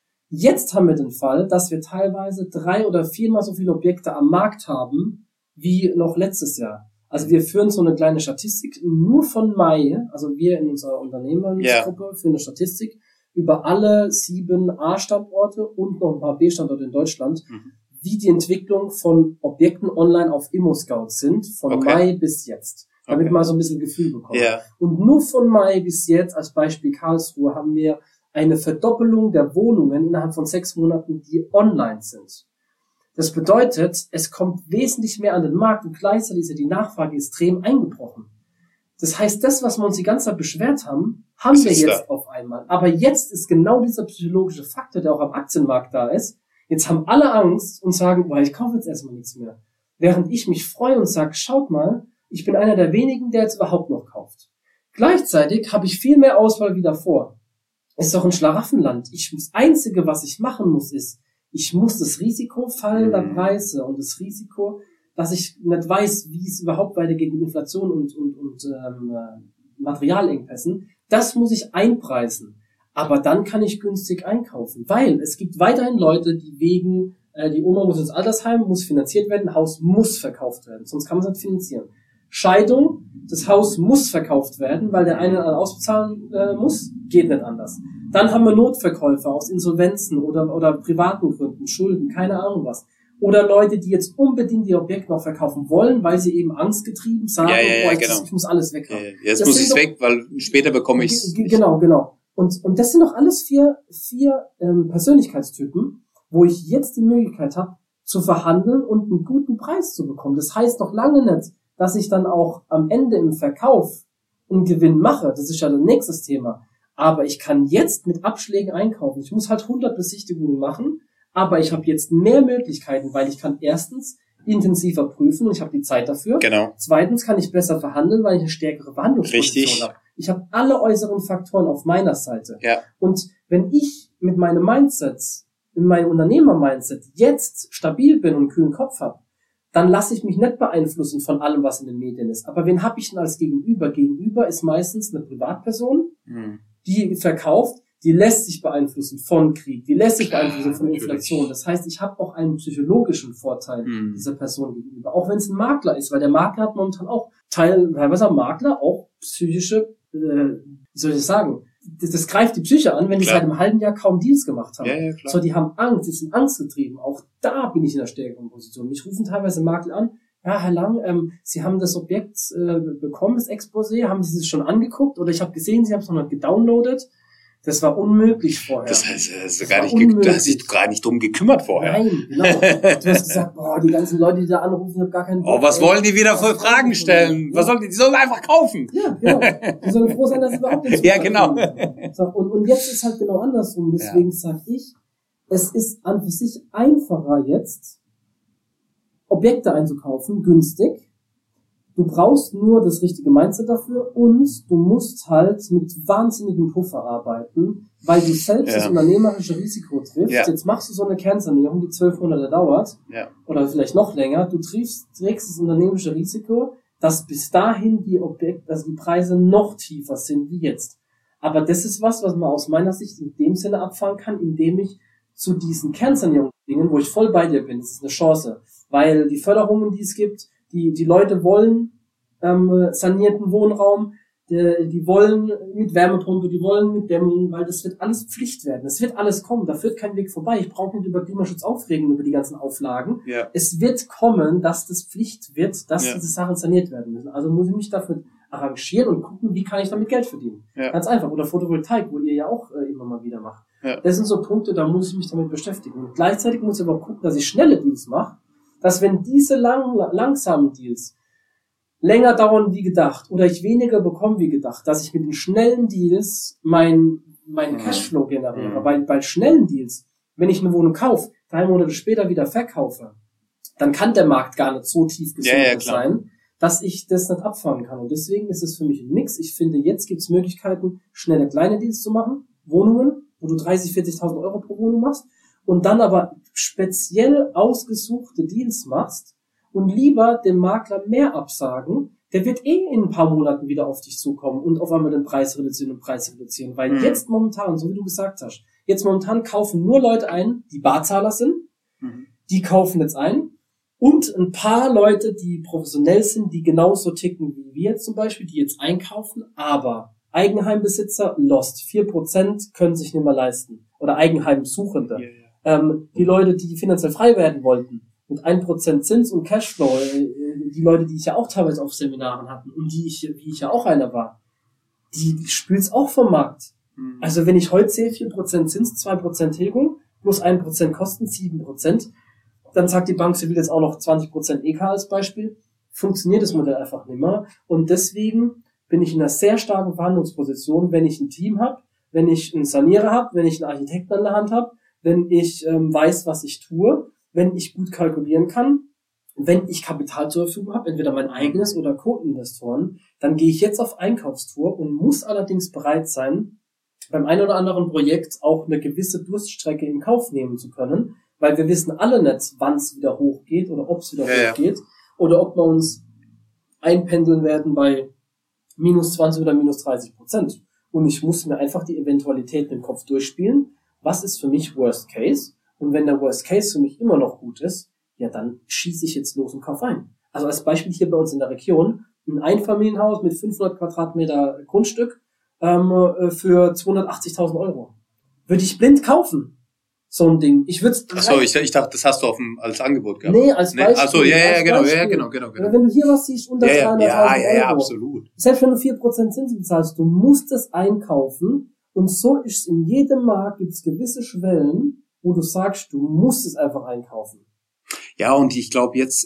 Jetzt haben wir den Fall, dass wir teilweise 3 oder 4 mal so viele Objekte am Markt haben, wie noch letztes Jahr. Also wir führen so eine kleine Statistik nur von Mai, also wir in unserer Unternehmensgruppe führen eine Statistik über alle 7 A-Standorte und noch ein paar B-Standorte in Deutschland, wie die Entwicklung von Objekten online auf ImmoScout sind, von Mai bis jetzt, damit man so ein bisschen Gefühl bekommt. Yeah. Und nur von Mai bis jetzt, als Beispiel Karlsruhe, haben wir eine Verdoppelung der Wohnungen innerhalb von 6 Monaten, die online sind. Das bedeutet, es kommt wesentlich mehr an den Markt und gleichzeitig ist ja die Nachfrage extrem eingebrochen. Das heißt, das, was wir uns die ganze Zeit beschwert haben, haben wir jetzt auf einmal. Aber jetzt ist genau dieser psychologische Faktor, der auch am Aktienmarkt da ist. Jetzt haben alle Angst und sagen, boah, ich kaufe jetzt erstmal nichts mehr. Während ich mich freue und sage, schaut mal, ich bin einer der wenigen, der jetzt überhaupt noch kauft. Gleichzeitig habe ich viel mehr Auswahl wie davor. Es ist doch ein Schlaraffenland. Das Einzige, was ich machen muss, ist, ich muss das Risiko fallender Preise und das Risiko, dass ich nicht weiß, wie es überhaupt weitergeht mit Inflation und Materialengpässen, das muss ich einpreisen. Aber dann kann ich günstig einkaufen, weil es gibt weiterhin Leute, die wegen, die Oma muss ins Altersheim, muss finanziert werden, ein Haus muss verkauft werden, sonst kann man es nicht finanzieren. Scheidung, das Haus muss verkauft werden, weil der eine ausbezahlen muss, geht nicht anders. Dann haben wir Notverkäufer aus Insolvenzen oder privaten Gründen, Schulden, keine Ahnung was. Oder Leute, die jetzt unbedingt ihr Objekt noch verkaufen wollen, weil sie eben angstgetrieben sagen, ich muss alles weg haben. Jetzt muss ich es weg, weil später bekomme ich es. Genau. Und das sind doch alles vier Persönlichkeitstypen, wo ich jetzt die Möglichkeit habe, zu verhandeln und einen guten Preis zu bekommen. Das heißt noch lange nicht, dass ich dann auch am Ende im Verkauf einen Gewinn mache, das ist ja das nächste Thema. Aber ich kann jetzt mit Abschlägen einkaufen. Ich muss halt 100 Besichtigungen machen, aber ich habe jetzt mehr Möglichkeiten, weil ich kann erstens intensiver prüfen und ich habe die Zeit dafür. Genau. Zweitens kann ich besser verhandeln, weil ich eine stärkere Verhandlungsposition habe. Ich habe alle äußeren Faktoren auf meiner Seite. Ja. Und wenn ich mit meinem Mindset, in meinem Unternehmer-Mindset jetzt stabil bin und einen kühlen Kopf habe, dann lasse ich mich nicht beeinflussen von allem, was in den Medien ist. Aber wen habe ich denn als Gegenüber? Gegenüber ist meistens eine Privatperson, die verkauft, die lässt sich beeinflussen von Krieg, die lässt sich beeinflussen von Inflation. Das heißt, ich habe auch einen psychologischen Vorteil dieser Person gegenüber. Auch wenn es ein Makler ist, weil der Makler hat momentan auch teilweise am Makler auch psychische, wie soll ich sagen, das greift die Psyche an, wenn die seit einem halben Jahr kaum Deals gemacht haben. Ja, klar. So, die haben Angst, die sind angstgetrieben. Auch da bin ich in einer stärkeren Position. Mich rufen teilweise Makler an, ja, Herr Lang, Sie haben das Objekt bekommen, das Exposé, haben Sie es schon angeguckt? Oder ich habe gesehen, Sie haben es noch nicht gedownloadet. Das war unmöglich vorher. Das heißt, du hast dich gar nicht drum gekümmert vorher. Nein, genau. Du hast gesagt, die ganzen Leute, die da anrufen, ich habe gar keinen Bock. Was wollen die wieder für Fragen stellen? Was sollen die sollen einfach kaufen. Ja, genau. Die sollen froh sein, dass sie überhaupt nichts Ja, genau. So, und jetzt ist halt genau andersrum. Deswegen sage ich, es ist an für sich einfacher jetzt, Objekte einzukaufen, günstig. Du brauchst nur das richtige Mindset dafür und du musst halt mit wahnsinnigem Puffer arbeiten, weil du selbst das unternehmerische Risiko triffst. Ja. Jetzt machst du so eine Kernsanierung, die 12 Monate dauert oder vielleicht noch länger. Du trägst das unternehmerische Risiko, dass bis dahin die Preise noch tiefer sind wie jetzt. Aber das ist was man aus meiner Sicht in dem Sinne abfangen kann, indem ich zu diesen Kernsanierungsdingen, wo ich voll bei dir bin, das ist eine Chance, weil die Förderungen, die es gibt, die Leute wollen sanierten Wohnraum, die wollen mit Wärmepumpe, die wollen mit Dämmung, weil das wird alles Pflicht werden. Es wird alles kommen, da führt kein Weg vorbei. Ich brauche nicht über Klimaschutz aufregen, über die ganzen Auflagen. Ja. Es wird kommen, dass das Pflicht wird, dass diese Sachen saniert werden müssen. Also muss ich mich dafür arrangieren und gucken, wie kann ich damit Geld verdienen. Ja. Ganz einfach. Oder Photovoltaik, wo ihr ja auch immer mal wieder macht. Ja. Das sind so Punkte, da muss ich mich damit beschäftigen. Und gleichzeitig muss ich aber gucken, dass ich schnelle Deals mache, dass wenn diese langsamen Deals länger dauern wie gedacht oder ich weniger bekomme wie gedacht, dass ich mit den schnellen Deals meinen Cashflow generiere. Weil bei schnellen Deals, wenn ich eine Wohnung kaufe, 3 Monate später wieder verkaufe, dann kann der Markt gar nicht so tief gesunken sein, dass ich das nicht abfangen kann. Und deswegen ist es für mich ein Mix. Ich finde, jetzt gibt es Möglichkeiten, schnelle kleine Deals zu machen, Wohnungen, wo du 30.000, 40.000 Euro pro Wohnung machst und dann aber speziell ausgesuchte Deals machst und lieber dem Makler mehr absagen, der wird in ein paar Monaten wieder auf dich zukommen und auf einmal den Preis reduzieren. Weil jetzt momentan, so wie du gesagt hast, jetzt momentan kaufen nur Leute ein, die Barzahler sind, die kaufen jetzt ein und ein paar Leute, die professionell sind, die genauso ticken wie wir zum Beispiel, die jetzt einkaufen, aber Eigenheimbesitzer lost. 4% können sich nicht mehr leisten. Oder Eigenheimsuchende. Die Leute, die finanziell frei werden wollten, mit 1% Zins und Cashflow, die Leute, die ich ja auch teilweise auf Seminaren hatte und wie ich ja auch einer war, die spült's auch vom Markt. Also wenn ich heute sehe, 4% Zins, 2% Tilgung, plus 1% Kosten, 7%, dann sagt die Bank, sie will jetzt auch noch 20% EK als Beispiel, funktioniert das Modell einfach nicht mehr. Und deswegen bin ich in einer sehr starken Verhandlungsposition, wenn ich ein Team habe, wenn ich einen Sanierer habe, wenn ich einen Architekten an der Hand habe, wenn ich weiß, was ich tue, wenn ich gut kalkulieren kann, wenn ich Kapital zur Verfügung habe, entweder mein eigenes oder Co-Investoren, dann gehe ich jetzt auf Einkaufstour und muss allerdings bereit sein, beim einen oder anderen Projekt auch eine gewisse Durststrecke in Kauf nehmen zu können, weil wir wissen alle nicht, wann es wieder hochgeht oder ob es wieder hochgeht oder ob wir uns einpendeln werden bei minus 20 oder minus 30%. Und ich muss mir einfach die Eventualitäten im Kopf durchspielen. Was ist für mich Worst Case? Und wenn der Worst Case für mich immer noch gut ist, ja, dann schieße ich jetzt los und kaufe ein. Also als Beispiel hier bei uns in der Region, ein Einfamilienhaus mit 500 Quadratmeter Grundstück für 280.000 Euro. Würde ich blind kaufen, so ein Ding. Ich dachte, das hast du als Angebot gehabt. Nee, als Beispiel. Achso, genau. Wenn du hier was siehst, unter 300.000 Euro. Ja, absolut. Selbst wenn du 4% Zinsen bezahlst, du musst es einkaufen. Und so ist es in jedem Markt, gibt es gewisse Schwellen, wo du sagst, du musst es einfach einkaufen. Ja, und ich glaube jetzt,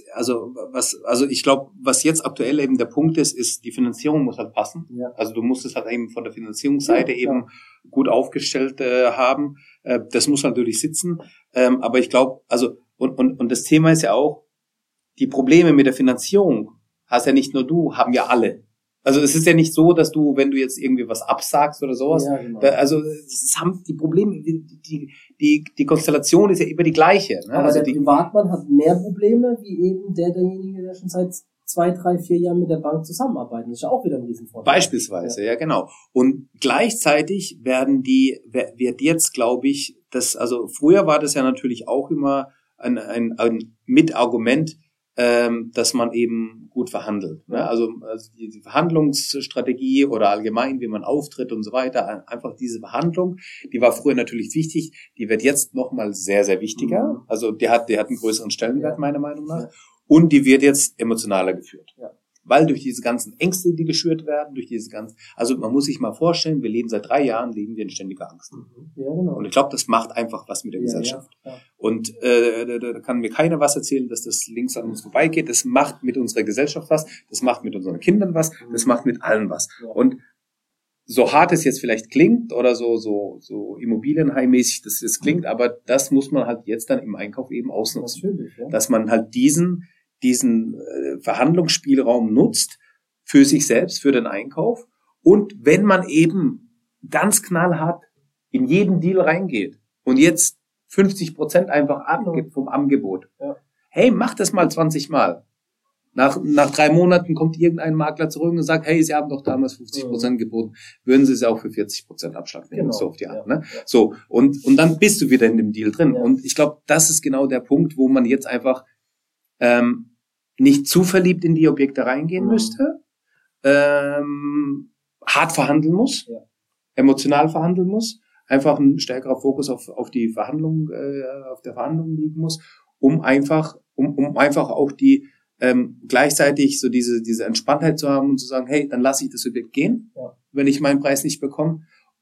was jetzt aktuell eben der Punkt ist, die Finanzierung muss halt passen. Ja. Also du musst es halt eben von der Finanzierungsseite eben gut aufgestellt haben. Das muss natürlich sitzen. Aber ich glaube, also und das Thema ist ja auch, die Probleme mit der Finanzierung hast ja nicht nur du, haben ja alle. Also es ist ja nicht so, dass du, wenn du jetzt irgendwie was absagst oder sowas, genau. also es haben die Probleme, die Konstellation ist ja immer die gleiche. Ne? Aber also der Privatmann hat mehr Probleme, wie eben derjenige, der schon seit 2, 3, 4 Jahren mit der Bank zusammenarbeitet. Das ist ja auch wieder ein Riesenvorteil. Beispielsweise, ja genau. Und gleichzeitig wird jetzt, glaube ich, also früher war das ja natürlich auch immer ein Mitargument, dass man eben gut verhandelt. Ne? Also die Verhandlungsstrategie oder allgemein, wie man auftritt und so weiter, einfach diese Verhandlung, die war früher natürlich wichtig, die wird jetzt nochmal sehr, sehr wichtiger. Also die hat einen größeren Stellenwert, meiner Meinung nach. Und die wird jetzt emotionaler geführt. Ja. Weil durch diese ganzen Ängste, die geschürt werden, also man muss sich mal vorstellen, wir leben seit 3 Jahren, leben wir in ständiger Angst. Ja, genau. Und ich glaube, das macht einfach was mit der Gesellschaft. Ja. Und da kann mir keiner was erzählen, dass das links an uns vorbeigeht. Das macht mit unserer Gesellschaft was, das macht mit unseren Kindern was, das macht mit allen was. Ja. Und so hart es jetzt vielleicht klingt oder so Immobilienhigh-mäßig das klingt, aber das muss man halt jetzt dann im Einkauf eben ausnutzen. Natürlich, ja. Dass man halt diesen Verhandlungsspielraum nutzt für sich selbst, für den Einkauf. Und wenn man eben ganz knallhart in jeden Deal reingeht und jetzt 50% einfach abgibt vom Angebot. Ja. Hey, mach das mal 20 Mal. Nach 3 Monaten kommt irgendein Makler zurück und sagt, hey, Sie haben doch damals 50% geboten. Würden Sie es auch für 40% Abschlag nehmen? Genau. So auf die Art, ne? So. Und dann bist du wieder in dem Deal drin. Ja. Und ich glaube, das ist genau der Punkt, wo man jetzt einfach, nicht zu verliebt in die Objekte reingehen müsste, hart verhandeln muss, emotional verhandeln muss, einfach ein stärkerer Fokus auf die Verhandlung, auf der Verhandlung liegen muss, um einfach auch die gleichzeitig so diese Entspanntheit zu haben und zu sagen, hey, dann lasse ich das Objekt gehen, wenn ich meinen Preis nicht bekomme,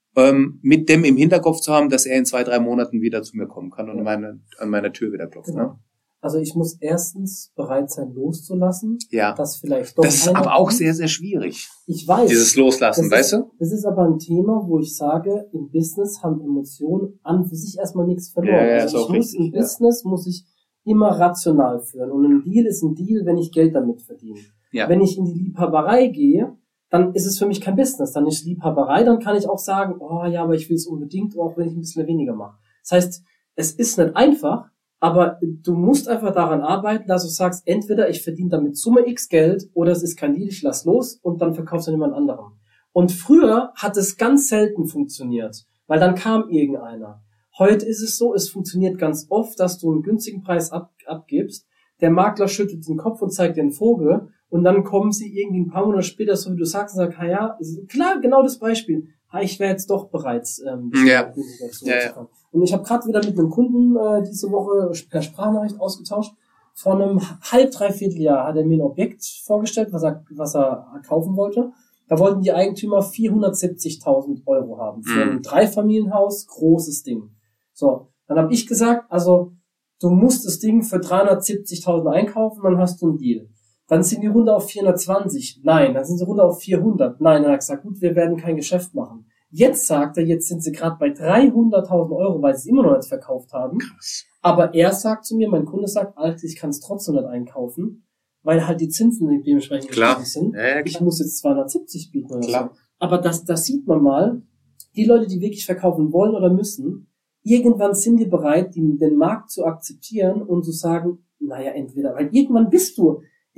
mit dem im Hinterkopf zu haben, dass er in 2, 3 Monaten wieder zu mir kommen kann und an meiner Tür wieder klopft. Genau. Ne? Also ich muss erstens bereit sein, loszulassen. Ja. Das vielleicht doch. Das ist aber auch sehr, sehr schwierig. Ich weiß. Dieses Loslassen, weißt du? Das ist aber ein Thema, wo ich sage, im Business haben Emotionen an für sich erstmal nichts verloren. Ja, also Business muss ich immer rational führen. Und ein Deal ist ein Deal, wenn ich Geld damit verdiene. Ja. Wenn ich in die Liebhaberei gehe, dann ist es für mich kein Business. Dann ist Liebhaberei, dann kann ich auch sagen, oh ja, aber ich will es unbedingt, auch wenn ich ein bisschen weniger mache. Das heißt, es ist nicht einfach, aber du musst einfach daran arbeiten, dass du sagst, entweder ich verdiene damit Summe X Geld oder es ist kein Deal, ich lass los und dann verkaufst du an jemand anderem. Und früher hat es ganz selten funktioniert, weil dann kam irgendeiner. Heute ist es so, es funktioniert ganz oft, dass du einen günstigen Preis abgibst, der Makler schüttelt den Kopf und zeigt dir einen Vogel und dann kommen sie irgendwie ein paar Monate später, so wie du sagst, und sagen, ja, klar, genau das Beispiel. Ich wäre jetzt doch bereit, günstiger zu machen. Und ich habe gerade wieder mit einem Kunden diese Woche per Sprachnachricht ausgetauscht. Vor einem dreiviertel Jahr hat er mir ein Objekt vorgestellt, was er kaufen wollte. Da wollten die Eigentümer 470.000 € haben für ein Dreifamilienhaus, großes Ding. So, dann habe ich gesagt, also du musst das Ding für 370.000 einkaufen, dann hast du einen Deal. Dann sind die runter auf 420. Nein, dann sind sie runter auf 400. Nein, dann hat er gesagt, gut, wir werden kein Geschäft machen. Jetzt sagt er, jetzt sind sie gerade bei 300.000 €, weil sie es immer noch nicht verkauft haben. Krass. Aber er sagt zu mir, mein Kunde sagt, Alter, ich kann es trotzdem nicht einkaufen, weil halt die Zinsen dementsprechend gestiegen sind. Ja, ich muss jetzt 270 bieten oder so. Aber das sieht man mal, die Leute, die wirklich verkaufen wollen oder müssen, irgendwann sind die bereit, den Markt zu akzeptieren und zu sagen, naja, entweder, weil irgendwann bist du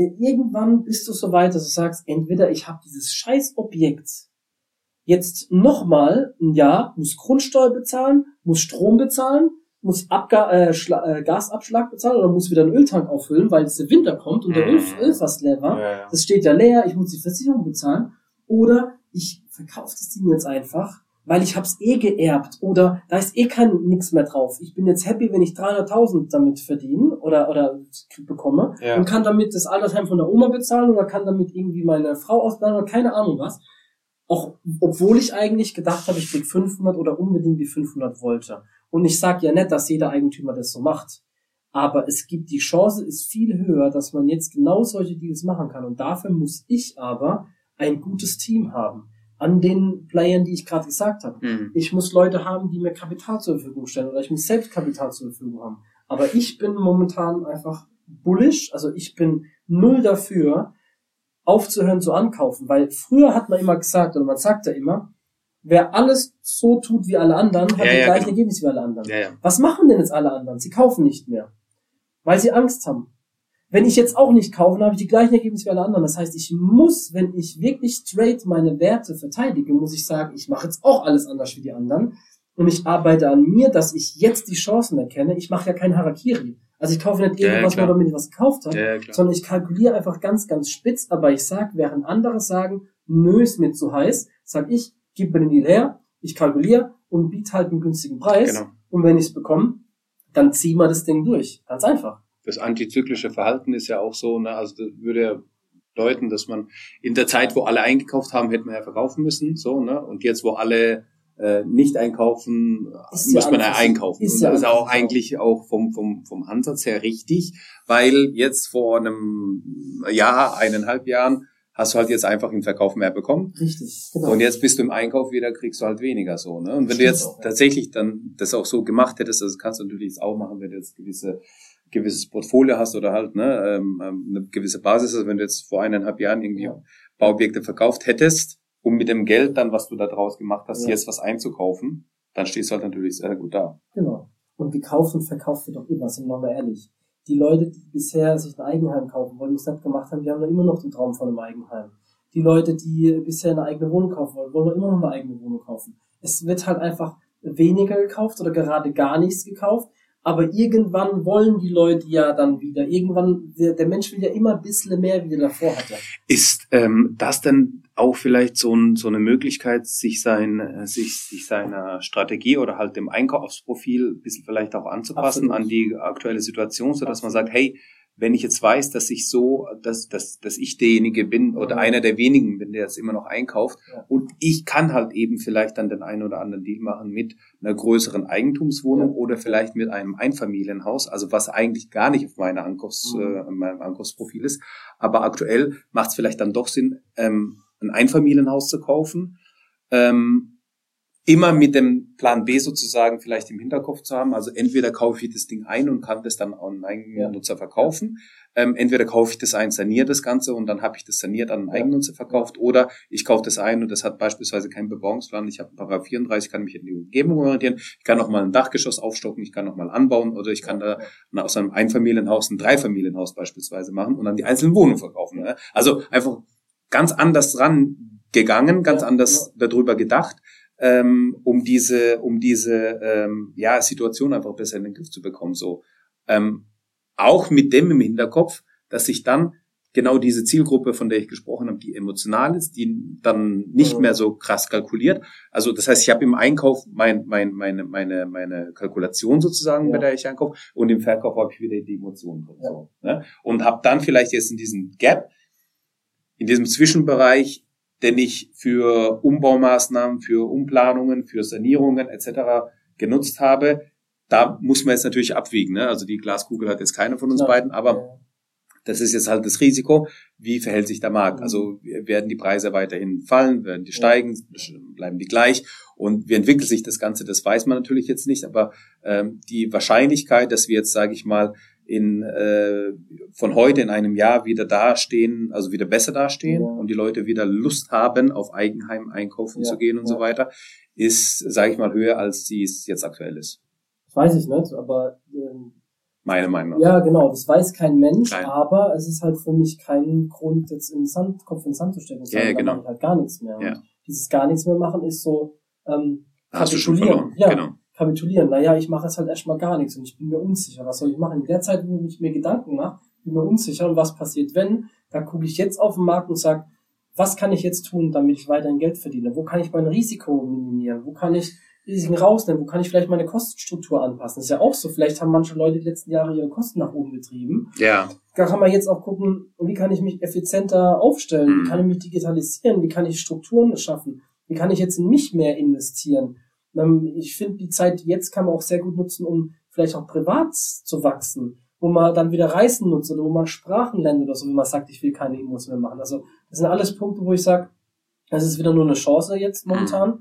so weit, dass du sagst, entweder ich habe dieses scheiß Objekt jetzt nochmal ein Jahr, muss Grundsteuer bezahlen, muss Strom bezahlen, muss Gasabschlag bezahlen oder muss wieder einen Öltank auffüllen, weil es der Winter kommt und der Öl fast leer war. Ja. Das steht ja leer, ich muss die Versicherung bezahlen. Oder ich verkaufe das Ding jetzt einfach, weil ich hab's geerbt oder da ist nix mehr drauf. Ich bin jetzt happy, wenn ich 300.000 damit verdiene oder bekomme und kann damit das Altersheim von der Oma bezahlen oder kann damit irgendwie meine Frau ausbezahlen oder keine Ahnung was. Auch obwohl ich eigentlich gedacht habe, ich krieg 500 oder unbedingt die 500 wollte. Und ich sage ja nicht, dass jeder Eigentümer das so macht. Aber die Chance ist viel höher, dass man jetzt genau solche Deals machen kann. Und dafür muss ich aber ein gutes Team haben. An den Playern, die ich gerade gesagt habe. Ich muss Leute haben, die mir Kapital zur Verfügung stellen. Oder ich muss selbst Kapital zur Verfügung haben. Aber ich bin momentan einfach bullish. Also ich bin null dafür, aufzuhören zu ankaufen. Weil früher hat man immer gesagt, oder man sagt ja immer, wer alles so tut wie alle anderen, hat die gleichen Ergebnisse wie alle anderen. Ja. Was machen denn jetzt alle anderen? Sie kaufen nicht mehr. Weil sie Angst haben. Wenn ich jetzt auch nicht kaufe, dann habe ich die gleichen Ergebnisse wie alle anderen. Das heißt, ich muss, wenn ich wirklich straight meine Werte verteidige, muss ich sagen, ich mache jetzt auch alles anders wie die anderen. Und ich arbeite an mir, dass ich jetzt die Chancen erkenne. Ich mache ja kein Harakiri. Also ich kaufe nicht irgendwas, nur damit ich was gekauft habe, sondern ich kalkuliere einfach ganz, ganz spitz. Aber ich sage, während andere sagen, nö, ist mir zu heiß, sage ich, gib mir den Deal her, ich kalkuliere und biete halt einen günstigen Preis. Genau. Und wenn ich es bekomme, dann ziehen wir das Ding durch. Ganz einfach. Das antizyklische Verhalten ist ja auch so, ne, also das würde ja bedeuten, dass man in der Zeit, wo alle eingekauft haben, hätte man ja verkaufen müssen, so, ne, und jetzt, wo alle nicht einkaufen, muss man ja einkaufen. Und das ist auch eigentlich auch vom Ansatz her richtig, weil jetzt vor einem Jahr, 1,5 Jahren, hast du halt jetzt einfach im Verkauf mehr bekommen. Richtig, genau. Und jetzt bist du im Einkauf wieder, kriegst du halt weniger so, ne? Und wenn du jetzt tatsächlich dann das auch so gemacht hättest, also kannst du natürlich jetzt auch machen, wenn du jetzt gewisses Portfolio hast oder halt, ne, eine gewisse Basis, also wenn du jetzt vor 1,5 Jahren irgendwie Bauobjekte verkauft hättest, um mit dem Geld dann, was du da draus gemacht hast, jetzt was einzukaufen, dann stehst du halt natürlich sehr gut da. Genau. Und gekauft und verkauft wird auch immer, sind wir mal ehrlich. Die Leute, die bisher sich ein Eigenheim kaufen wollen, es nicht gemacht haben, die haben doch immer noch den Traum von einem Eigenheim. Die Leute, die bisher eine eigene Wohnung kaufen wollen, wollen doch immer noch eine eigene Wohnung kaufen. Es wird halt einfach weniger gekauft oder gerade gar nichts gekauft, aber irgendwann wollen die Leute ja dann wieder, der Mensch will ja immer ein bisschen mehr, wie er davor hatte. Ist das denn auch vielleicht so eine Möglichkeit, sich seiner Strategie oder halt dem Einkaufsprofil ein bisschen vielleicht auch anzupassen an die aktuelle Situation, so dass man sagt, hey, wenn ich jetzt weiß, dass ich dass ich derjenige bin oder einer der wenigen bin, der jetzt immer noch einkauft und ich kann halt eben vielleicht dann den einen oder anderen Deal machen mit einer größeren Eigentumswohnung oder vielleicht mit einem Einfamilienhaus, also was eigentlich gar nicht auf meinem Einkaufsprofil ist, aber aktuell macht es vielleicht dann doch Sinn, ein Einfamilienhaus zu kaufen, immer mit dem Plan B sozusagen vielleicht im Hinterkopf zu haben. Also entweder kaufe ich das Ding ein und kann das dann an einen Eigennutzer verkaufen. Entweder kaufe ich das ein, saniere das Ganze und dann habe ich das saniert an einen Eigennutzer verkauft. Oder ich kaufe das ein und das hat beispielsweise keinen Bebauungsplan. Ich habe § 34, kann mich in die Umgebung orientieren. Ich kann noch mal ein Dachgeschoss aufstocken, ich kann noch mal anbauen oder ich kann da aus einem Einfamilienhaus ein Dreifamilienhaus beispielsweise machen und dann die einzelnen Wohnungen verkaufen. Ne? Also einfach ganz anders rangegangen, ganz anders darüber gedacht. Um diese Situation einfach besser in den Griff zu bekommen, so auch mit dem im Hinterkopf, dass sich dann genau diese Zielgruppe, von der ich gesprochen habe, die emotional ist, die dann nicht mehr so krass kalkuliert. Also das heißt, ich habe im Einkauf meine Kalkulation sozusagen, bei der ich einkaufe, und im Verkauf habe ich wieder die Emotionen drin, so, ne? Und habe dann vielleicht jetzt in diesem Gap, in diesem Zwischenbereich, den ich für Umbaumaßnahmen, für Umplanungen, für Sanierungen etc. genutzt habe, da muss man jetzt natürlich abwiegen. Ne? Also die Glaskugel hat jetzt keiner von uns beiden, aber das ist jetzt halt das Risiko. Wie verhält sich der Markt? Also werden die Preise weiterhin fallen, werden die steigen, bleiben die gleich? Und wie entwickelt sich das Ganze? Das weiß man natürlich jetzt nicht, aber die Wahrscheinlichkeit, dass wir jetzt, sage ich mal, von heute in einem Jahr wieder dastehen, also wieder besser dastehen und die Leute wieder Lust haben, auf Eigenheim einkaufen zu gehen und so weiter, ist, sage ich mal, höher, als die es jetzt aktuell ist. Das weiß ich nicht, aber meine Meinung. Ja, genau, das weiß kein Mensch, aber es ist halt für mich kein Grund, jetzt Kopf in den Sand zu stecken. Dann mache ich halt gar nichts mehr. Und dieses gar nichts mehr machen ist so hast du schon verloren. Genau. Kapitulieren. Naja, ich mache jetzt halt erstmal gar nichts und ich bin mir unsicher. Was soll ich machen? In der Zeit, wo ich mir Gedanken mache, bin mir unsicher und was passiert, wenn, da gucke ich jetzt auf den Markt und sage, was kann ich jetzt tun, damit ich weiterhin Geld verdiene? Wo kann ich mein Risiko minimieren? Wo kann ich Risiken rausnehmen? Wo kann ich vielleicht meine Kostenstruktur anpassen? Das ist ja auch so. Vielleicht haben manche Leute die letzten Jahre ihre Kosten nach oben getrieben. Ja. Da kann man jetzt auch gucken, wie kann ich mich effizienter aufstellen? Wie kann ich mich digitalisieren? Wie kann ich Strukturen schaffen? Wie kann ich jetzt in mich mehr investieren? Ich finde, die Zeit jetzt kann man auch sehr gut nutzen, um vielleicht auch privat zu wachsen. wo man dann wieder Reisen nutzt oder wo man Sprachen lernt oder so, wenn man sagt, ich will keine Immos mehr machen. Also das sind alles Punkte, wo ich sage, das ist wieder nur eine Chance jetzt momentan.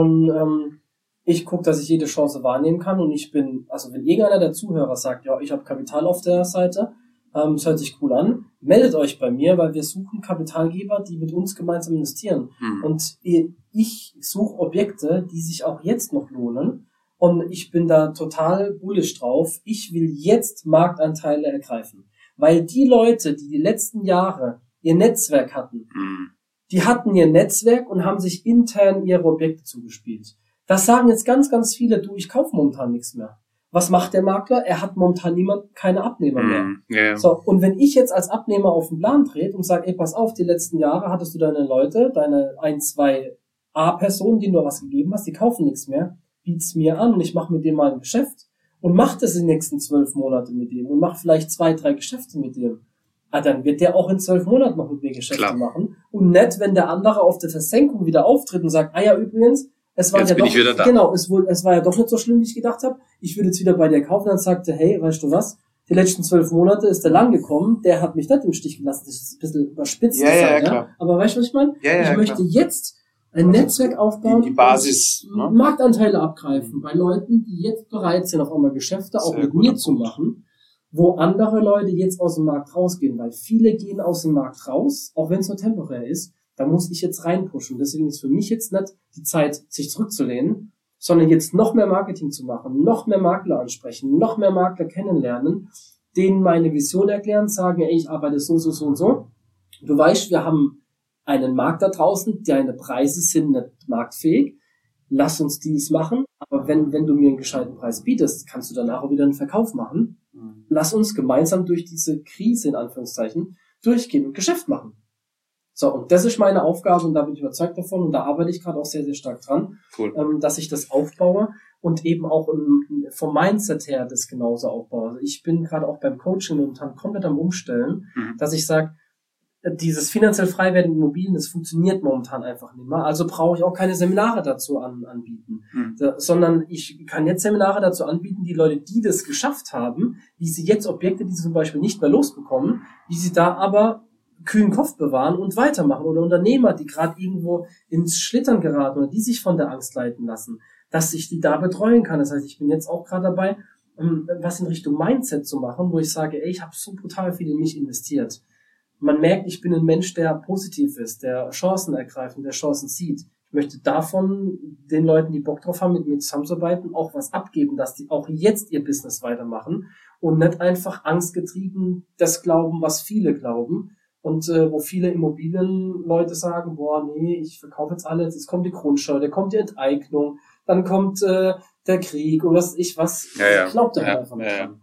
Und ich gucke, dass ich jede Chance wahrnehmen kann. Und ich bin, also wenn irgendeiner der Zuhörer sagt, ja, ich habe Kapital auf der Seite, es hört sich cool an, meldet euch bei mir, weil wir suchen Kapitalgeber, die mit uns gemeinsam investieren. Und ich suche Objekte, die sich auch jetzt noch lohnen. Und ich bin da total bullish drauf. Ich will jetzt Marktanteile ergreifen. Weil die Leute, die letzten Jahre ihr Netzwerk hatten, die hatten ihr Netzwerk und haben sich intern ihre Objekte zugespielt. Das sagen jetzt ganz, ganz viele, du, ich kaufe momentan nichts mehr. Was macht der Makler? Er hat momentan keine Abnehmer mehr. Yeah. So, und wenn ich jetzt als Abnehmer auf den Plan trete und sage, ey, pass auf, die letzten Jahre hattest du deine Leute, deine 1, 2 A-Personen, denen du was gegeben hast, die kaufen nichts mehr, biet's mir an und ich mache mit dem mal ein Geschäft und mach das in den nächsten 12 Monate mit dem und mach vielleicht 2, 3 Geschäfte mit dem. Dann wird der auch in 12 Monaten noch mit mir Geschäfte machen. Und nicht, wenn der andere auf der Versenkung wieder auftritt und sagt, ja, übrigens, es war jetzt ja bin doch, ich wieder da. Genau, es war ja doch nicht so schlimm, wie ich gedacht habe. Ich würde jetzt wieder bei dir kaufen. Dann sagte, hey, weißt du was? Die letzten 12 Monate ist der lang gekommen. Der hat mich nicht im Stich gelassen. Das ist ein bisschen überspitzt gesagt, klar. Aber weißt du, was ich meine? Ich möchte jetzt ein Netzwerk aufbauen. Die Basis, und Marktanteile abgreifen bei Leuten, die jetzt bereit sind, auf einmal Geschäfte auch mit mir zu machen, wo andere Leute jetzt aus dem Markt rausgehen, weil viele gehen aus dem Markt raus, auch wenn es nur temporär ist. Da muss ich jetzt reinpushen. Deswegen ist für mich jetzt nicht die Zeit, sich zurückzulehnen, sondern jetzt noch mehr Marketing zu machen, noch mehr Makler ansprechen, noch mehr Makler kennenlernen, denen meine Vision erklären, sagen, ey, ich arbeite so und so. Du weißt, wir haben einen Markt da draußen, deine Preise sind nicht marktfähig. Lass uns Deals machen. Aber wenn du mir einen gescheiten Preis bietest, kannst du danach auch wieder einen Verkauf machen. Lass uns gemeinsam durch diese Krise, in Anführungszeichen, durchgehen und Geschäft machen. So, und das ist meine Aufgabe und da bin ich überzeugt davon und da arbeite ich gerade auch sehr, sehr stark dran, dass ich das aufbaue und eben auch vom Mindset her das genauso aufbaue. Also ich bin gerade auch beim Coaching momentan komplett am Umstellen, dass ich sage, dieses finanziell frei werden Immobilien, das funktioniert momentan einfach nicht mehr. Also brauche ich auch keine Seminare dazu anbieten, sondern ich kann jetzt Seminare dazu anbieten, die Leute, die das geschafft haben, wie sie jetzt Objekte, die sie zum Beispiel nicht mehr losbekommen, wie sie da aber kühlen Kopf bewahren und weitermachen oder Unternehmer, die gerade irgendwo ins Schlittern geraten oder die sich von der Angst leiten lassen, dass ich die da betreuen kann. Das heißt, ich bin jetzt auch gerade dabei, was in Richtung Mindset zu machen, wo ich sage, ey, ich habe so brutal viel in mich investiert. Man merkt, ich bin ein Mensch, der positiv ist, der Chancen ergreift und der Chancen sieht. Ich möchte davon den Leuten, die Bock drauf haben, mit mir zusammenzuarbeiten, auch was abgeben, dass die auch jetzt ihr Business weitermachen und nicht einfach angstgetrieben das glauben, was viele glauben. Und wo viele Immobilienleute sagen, boah, nee, ich verkaufe jetzt alles, jetzt kommt die Grundsteuer, dann kommt die Enteignung, dann kommt der Krieg oder was ich was. Ich glaube da einfach nicht dran.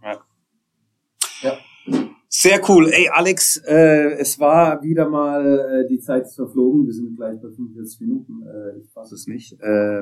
Ja. Sehr cool. Ey, Alex, es war wieder mal die Zeit ist verflogen. Wir sind gleich bei 45 Minuten. Ich fasse es nicht.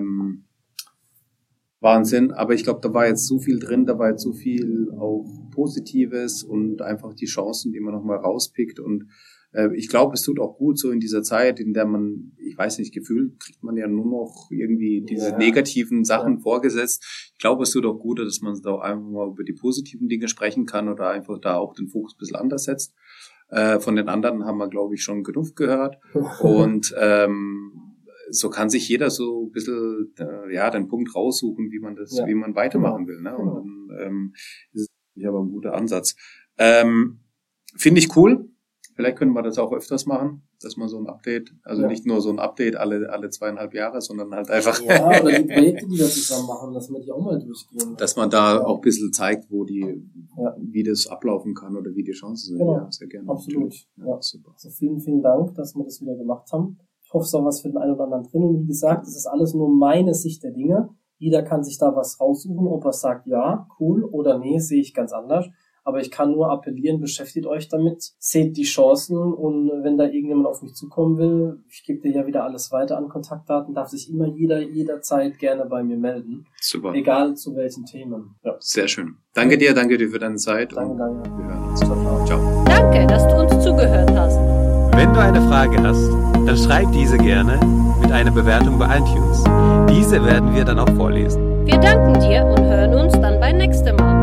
Wahnsinn. Aber ich glaube, da war jetzt so viel drin, da war jetzt so viel auch Positives und einfach die Chancen, die man nochmal rauspickt. Und ich glaube, es tut auch gut so in dieser Zeit, in der man, ich weiß nicht, gefühlt kriegt man ja nur noch irgendwie diese negativen Sachen vorgesetzt. Ich glaube, es tut auch gut, dass man da einfach mal über die positiven Dinge sprechen kann oder einfach da auch den Fokus ein bisschen anders setzt. Von den anderen haben wir, glaube ich, schon genug gehört. Und so kann sich jeder so ein bisschen den Punkt raussuchen, wie man das, wie man weitermachen will. Ne? Und dann ist es aber ein guter Ansatz. Finde ich cool. Vielleicht können wir das auch öfters machen, dass man so ein Update, nicht nur so ein Update alle 2,5 Jahre, sondern halt einfach oder die Projekte, die wir zusammen machen, dass wir die auch mal durchgehen. Dass man da auch ein bisschen zeigt, wie das ablaufen kann oder wie die Chancen sind. Genau. Ja, sehr gerne. Absolut. Ja. Super. Also vielen, vielen Dank, dass wir das wieder gemacht haben. Ich hoffe, es ist auch was für den einen oder anderen drin. Und wie gesagt, das ist alles nur meine Sicht der Dinge. Jeder kann sich da was raussuchen, ob er sagt, ja, cool oder nee, sehe ich ganz anders. Aber ich kann nur appellieren, beschäftigt euch damit, seht die Chancen und wenn da irgendjemand auf mich zukommen will, ich gebe dir ja wieder alles weiter an Kontaktdaten, darf sich immer jederzeit gerne bei mir melden. Super. Egal zu welchen Themen. Ja. Sehr schön. Danke dir für deine Zeit. Danke. Wir hören uns. Ciao. Danke, dass du uns zugehört hast. Wenn du eine Frage hast, dann schreib diese gerne mit einer Bewertung bei iTunes. Diese werden wir dann auch vorlesen. Wir danken dir und hören uns dann beim nächsten Mal.